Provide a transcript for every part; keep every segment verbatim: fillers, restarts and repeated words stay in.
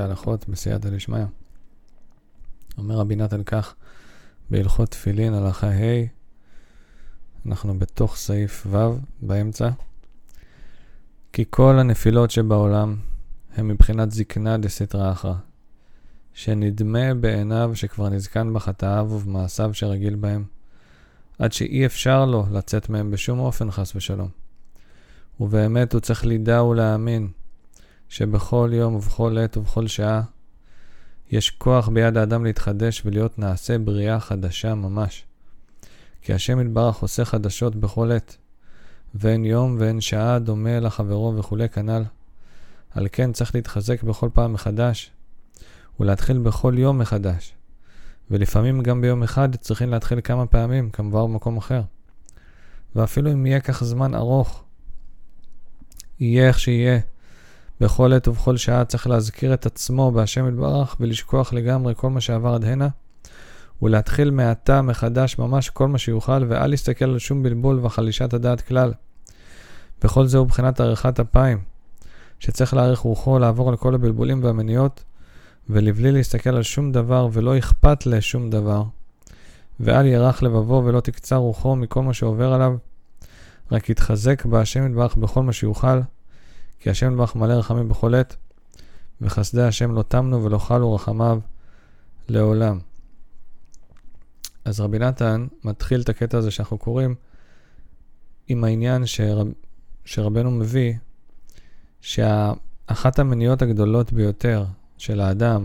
ההלכות בסייעתא דשמיא. אומר רבי נתן כך בהלכות תפילין הלכה ה', אנחנו בתוך סעיף ו' באמצע. כי כל הנפילות שבעולם הם מבחינת זקנה דסתרא אחרא, שנדמה בעיניו שכבר נזקן בחטאיו ובמעשיו שרגיל בהם, עד שאי אפשר לו לצאת מהם בשום אופן חס ושלום. ובאמת הוא צריך לידע ולהאמין שבכל יום ובכל עת ובכל שעה יש כוח ביד האדם להתחדש ולהיות נעשה בריאה חדשה ממש. כי השם יתברך עושה חדשות בכל עת, ואין יום ואין שעה דומה לחברו וכולי כנ"ל. על כן צריך להתחזק בכל פעם מחדש, ולהתחיל בכל יום מחדש. ולפעמים גם ביום אחד צריכים להתחיל כמה פעמים, כמובן במקום אחר. ואפילו אם יהיה כך זמן ארוך, יהיה איך שיהיה, בכל עת ובכל שעה צריך להזכיר את עצמו בהשם יתברך ולשכוח לגמרי כל מה שעבר עד הנה, ולהתחיל מעתה מחדש ממש כל מה שיוכל, ואל להסתכל על שום בלבול וחלישת הדעת כלל. בכל זה הוא בחינת עריכת אפיים, שצריך להעריך רוחו, לעבור על כל הבלבולים והמניעות, ולבלי להסתכל על שום דבר ולא אכפת לשום דבר, ואל ירח לבבו ולא תקצר רוחו מכל מה שעובר עליו, רק יתחזק בהשם יתברך בכל מה שיוכל, כי השם יתברך מלא רחמים בכל עת, וחסדי השם לא תמנו ולא חלו רחמיו לעולם. אז רבי נתן מתחיל את הקטע הזה שאנחנו קוראים עם העניין שרב, שרבנו מביא, שאחת המניעות הגדולות ביותר של האדם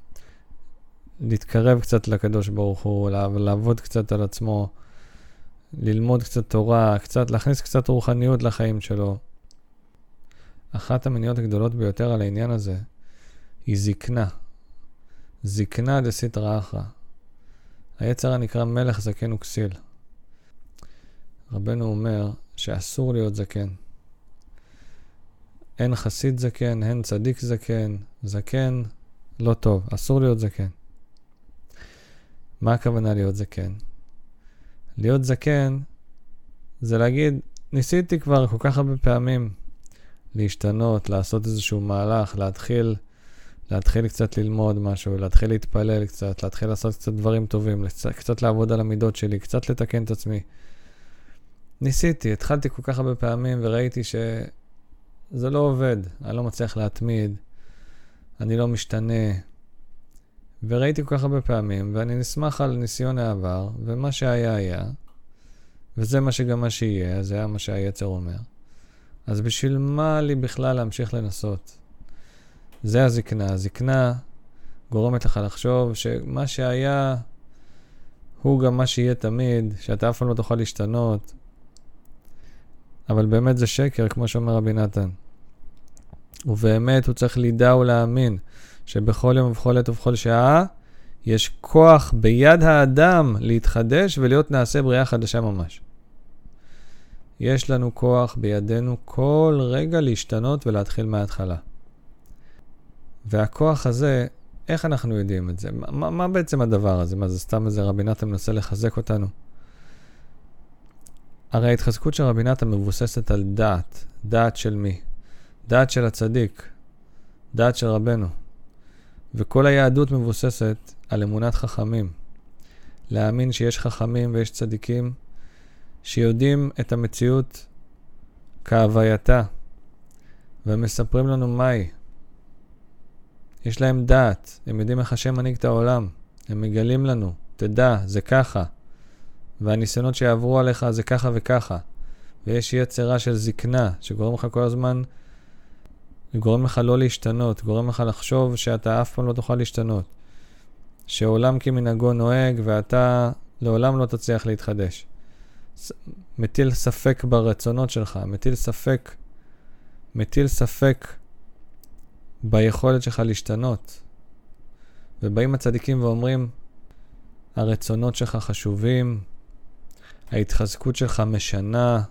להתקרב קצת לקדוש ברוך הוא, לעבוד קצת על עצמו, ללמוד קצת תורה, קצת, להכניס קצת רוחניות לחיים שלו. אחת המניעות הגדולות ביותר על העניין הזה היא זקנה. זקנה דסתרא אחרא. היצר הנקרא מלך זקן וכסיל. רבנו אומר שאסור להיות זקן. אין חסיד זקן, אין צדיק זקן. זקן לא טוב, אסור להיות זקן. מה הכוונה להיות זקן? להיות זקן זה להגיד, ניסיתי כבר כל כך הרבה פעמים להשתנות, לעשות איזשהו מהלך, להתחיל, להתחיל קצת ללמוד משהו, להתחיל להתפלל קצת, להתחיל לעשות קצת דברים טובים, קצת לעבוד על המידות שלי, קצת לתקן את עצמי. ניסיתי, התחלתי כל כך הרבה פעמים וראיתי שזה לא עובד, אני לא מצליח להתמיד, אני לא משתנה, וראיתי כל כך הרבה פעמים, ואני נשמח על ניסיון העבר, ומה שהיה היה, וזה מה שגם מה שיהיה, זה היה מה שהיצר אומר. אז בשביל מה לי בכלל להמשיך לנסות? זה הזקנה. הזקנה גורמת לך לחשוב שמה שהיה הוא גם מה שיהיה תמיד, שאתה אף פעם לא תוכל להשתנות. אבל באמת זה שקר, כמו שאומר רבי נתן. ובאמת הוא צריך לידע ולהאמין שבכל יום ובכל עת ובכל שעה יש כוח ביד האדם להתחדש ולהיות נעשה בריאה חדשה ממש. יש לנו כוח בידינו כל רגע להשתנות ולהתחיל מההתחלה. והכוח הזה, איך אנחנו יודעים את זה? מה, מה בעצם הדבר הזה? מה זה סתם איזה רבי נתן מנסה לחזק אותנו? הרי ההתחזקות של רבי נתן מבוססת על דעת. דעת של מי? דעת של הצדיק. דעת של רבנו. וכל היהדות מבוססת על אמונת חכמים. להאמין שיש חכמים ויש צדיקים שיודעים את המציאות כהווייתה, ומספרים לנו מהי. יש להם דעת, הם יודעים איך השם מנהיג את העולם, הם מגלים לנו, תדע, זה ככה, והניסיונות שיעברו עליך זה ככה וככה, ויש יצרה של זקנה, שגורם לך כל הזמן, גורם לך לא להשתנות, גורם לך לחשוב שאתה אף פעם לא תוכל להשתנות, שעולם כמנהגו נוהג, ואתה לעולם לא תצליח להתחדש. מטיל ספק ברצונות שלך, מטיל ספק, מטיל ספק ביכולת שלך להשתנות. ובאים הצדיקים ואומרים, הרצונות שלך חשובים, ההתחזקות שלך משנה,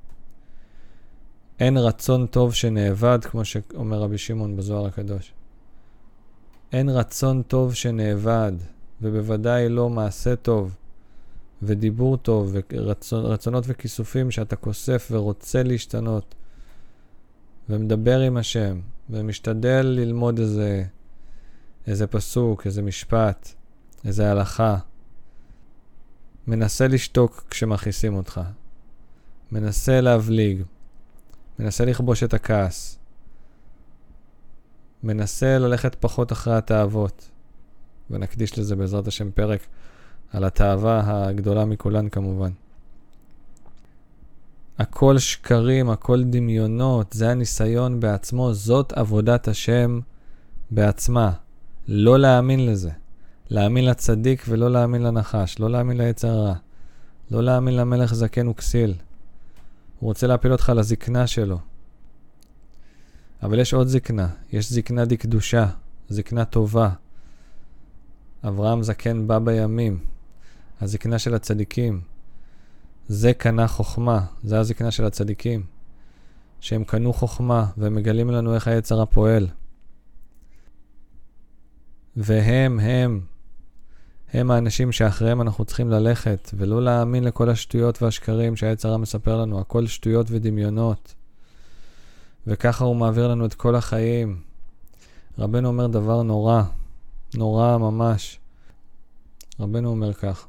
אין רצון טוב שנאבד, כמו שאומר רבי שמעון בזוהר הקדוש. אין רצון טוב שנאבד, ובוודאי לא מעשה טוב, ודיבור טוב, ורצונות וכיסופים שאתה כוסף ורוצה להשתנות, ומדבר עם השם, ומשתדל ללמוד איזה איזה פסוק, איזה משפט, איזה הלכה. מנסה לשתוק כשמכעיסים אותך. מנסה להבליג. מנסה לכבוש את הכעס. מנסה ללכת פחות אחרי התאוות. ונקדיש לזה בעזרת השם פרק על התאווה הגדולה מכולן כמובן. הכל שקרים, הכל דמיונות, זה הניסיון בעצמו, זאת עבודת השם בעצמה. לא להאמין לזה. להאמין לצדיק ולא להאמין לנחש, לא להאמין ליצר הרע. לא להאמין למלך זקן וכסיל. הוא רוצה להפיל אותך לזקנה שלו. אבל יש עוד זקנה, יש זקנה דקדושה, זקנה טובה. אברהם זקן בא בימים, הזקנה של הצדיקים. זה קנה חוכמה, זה הזקנה של הצדיקים. שהם קנו חוכמה והם מגלים לנו איך היצר הפועל. והם, הם, הם האנשים שאחריהם אנחנו צריכים ללכת, ולא להאמין לכל השטויות והשקרים שהיצר מספר לנו, הכל שטויות ודמיונות. וככה הוא מעביר לנו את כל החיים. רבנו אומר דבר נורא, נורא ממש. רבנו אומר כך.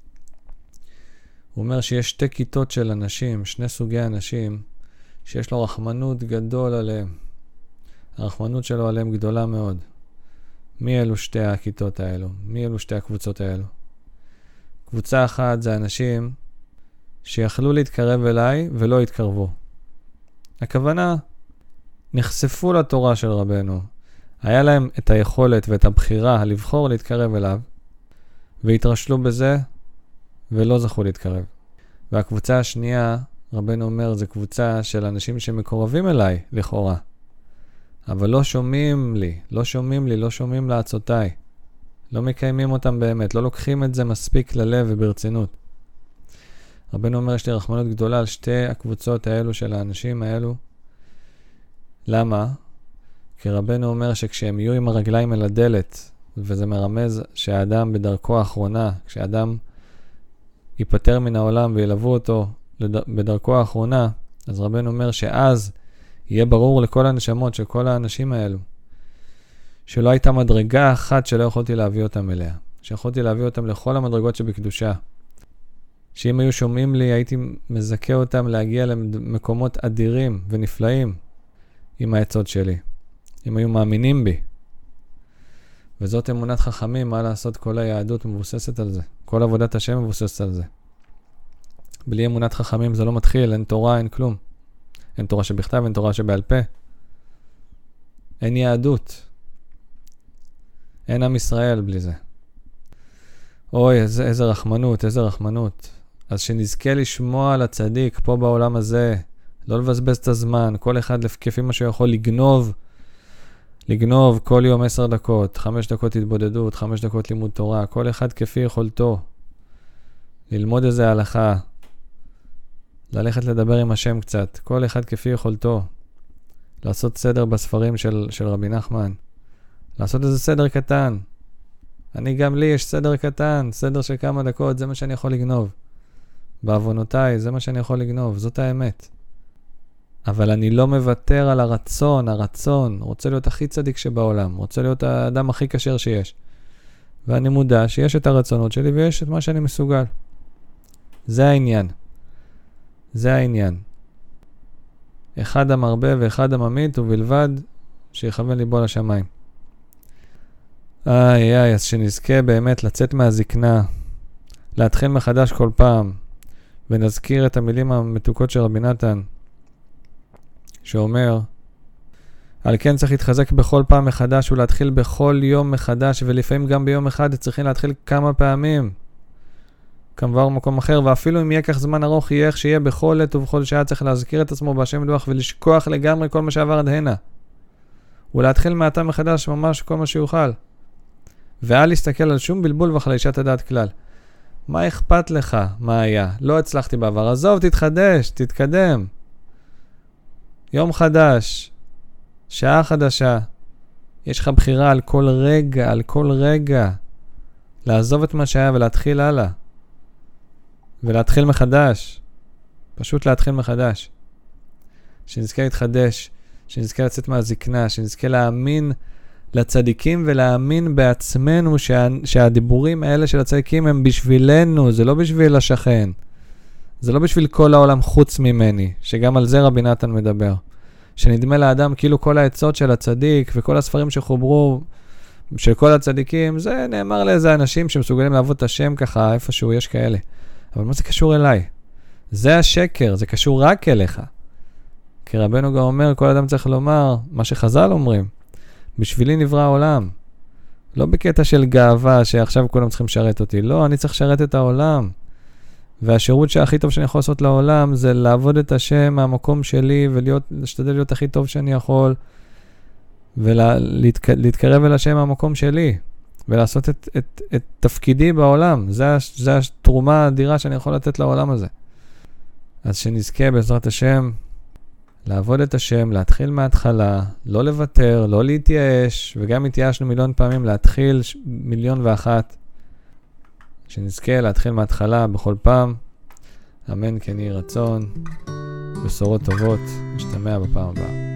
הוא אומר שיש שתי כיתות של אנשים, שני סוגי אנשים, שיש לו רחמנות גדול עליהם. הרחמנות שלו עליהם גדולה מאוד. מי אלו שתי הכיתות האלו? מי אלו שתי הקבוצות האלו? קבוצה אחת זה אנשים שיכלו להתקרב אליי ולא התקרבו. הכוונה, נחשפו לתורה של רבנו. היה להם את היכולת ואת הבחירה לבחור להתקרב אליו, והתרשלו בזה ולא זכו להתקרב. והקבוצה השנייה, רבנו אומר, זה קבוצה של אנשים שמקורבים אליי, לכאורה. אבל לא שומעים לי, לא שומעים לי, לא שומעים לעצותיי. לא מקיימים אותם באמת, לא לוקחים את זה מספיק ללב וברצינות. רבנו אומר, יש לי רחמנות גדולה על שתי הקבוצות האלו של האנשים האלו. למה? כי רבנו אומר שכשהם יהיו עם הרגליים אל הדלת, וזה מרמז שהאדם בדרכו האחרונה, כשאדם ייפטר מן העולם וילוו אותו בדרכו האחרונה, אז רבנו אומר שאז יהיה ברור לכל הנשמות של כל האנשים האלו, שלא הייתה מדרגה אחת שלא יכולתי להביא אותם אליה, שיכולתי להביא אותם לכל המדרגות שבקדושה, שאם היו שומעים לי הייתי מזכה אותם להגיע למקומות אדירים ונפלאים עם העצות שלי, אם היו מאמינים בי. וזאת אמונת חכמים, מה לעשות, כל היהדות מבוססת על זה, כל עבודת השם מבוססת על זה. בלי אמונת חכמים זה לא מתחיל, אין תורה, אין כלום. אין תורה שבכתב, אין תורה שבעל פה. אין יהדות. אין עם ישראל בלי זה. אוי, איזה, איזה רחמנות, איזה רחמנות. אז שנזכה לשמוע על הצדיק פה בעולם הזה, לא לבזבז את הזמן, כל אחד כפי מה שיכול לגנוב, לגנוב כל יום עשר דקות, חמש דקות התבודדות, חמש דקות לימוד תורה, כל אחד כפי יכולתו. ללמוד איזה הלכה, ללכת לדבר עם השם קצת, כל אחד כפי יכולתו. לעשות סדר בספרים של, של רבי נחמן. לעשות איזה סדר קטן. אני גם לי יש סדר קטן, סדר של כמה דקות, זה מה שאני יכול לגנוב. בעוונותיי, זה מה שאני יכול לגנוב, זאת האמת. אבל אני לא מוותר על הרצון, הרצון, רוצה להיות הכי צדיק שבעולם, רוצה להיות האדם הכי כשר שיש. ואני מודע שיש את הרצונות שלי ויש את מה שאני מסוגל. זה העניין. זה העניין. אחד המרבה ואחד הממית ובלבד שיכוון ליבו לשמיים. איי איי, אז שנזכה באמת לצאת מהזקנה, להתחיל מחדש כל פעם, ונזכיר את המילים המתוקות של רבי נתן, שאומר, על כן צריך להתחזק בכל פעם מחדש ולהתחיל בכל יום מחדש, ולפעמים גם ביום אחד צריכים להתחיל כמה פעמים, כמבר מקום אחר, ואפילו אם יהיה כך זמן ארוך, יהיה איך שיהיה בכל עת ובכל שעה צריך להזכיר את עצמו בהשם לוח ולשכוח לגמרי כל מה שעבר עד הנה, ולהתחיל מעתה מחדש ממש כל מה שיוכל, ואל להסתכל על שום בלבול וחלישת הדעת כלל. מה אכפת לך? מה היה? לא הצלחתי בעבר. עזוב, תתחדש, תתקדם. יום חדש, שעה חדשה. יש לך בחירה על כל רגע, על כל רגע. לעזוב את מה שהיה ולהתחיל הלאה. ולהתחיל מחדש. פשוט להתחיל מחדש. שנזכה להתחדש, שנזכה לצאת מהזקנה, שנזכה להאמין לצדיקים ולהאמין בעצמנו שה, שהדיבורים האלה של הצדיקים הם בשבילנו, זה לא בשביל השכן. זה לא בשביל כל העולם חוץ ממני, שגם על זה רבי נתן מדבר. שנדמה לאדם כאילו כל העצות של הצדיק וכל הספרים שחוברו של כל הצדיקים, זה נאמר לאיזה אנשים שמסוגלים לעבוד את השם ככה, איפשהו יש כאלה. אבל מה זה קשור אליי? זה השקר, זה קשור רק אליך. כי רבנו גם אומר, כל אדם צריך לומר מה שחז"ל אומרים. בשבילי נברא העולם. לא בקטע של גאווה שעכשיו כולם צריכים לשרת אותי. לא, אני צריך לשרת את העולם. והשירות שהכי טוב שאני יכול לעשות לעולם זה לעבוד את השם מהמקום שלי ולהשתדל להיות הכי טוב שאני יכול ולהתקרב אל השם מהמקום שלי ולעשות את, את, את תפקידי בעולם. זה, זה התרומה האדירה שאני יכול לתת לעולם הזה. אז שנזכה בעזרת השם לעבוד את השם, להתחיל מההתחלה, לא לוותר, לא להתייאש, וגם התייאשנו מיליון פעמים להתחיל מיליון ואחת. שנזכה להתחיל מההתחלה בכל פעם. אמן כן יהי רצון. בשורות טובות. נשתמע בפעם הבאה.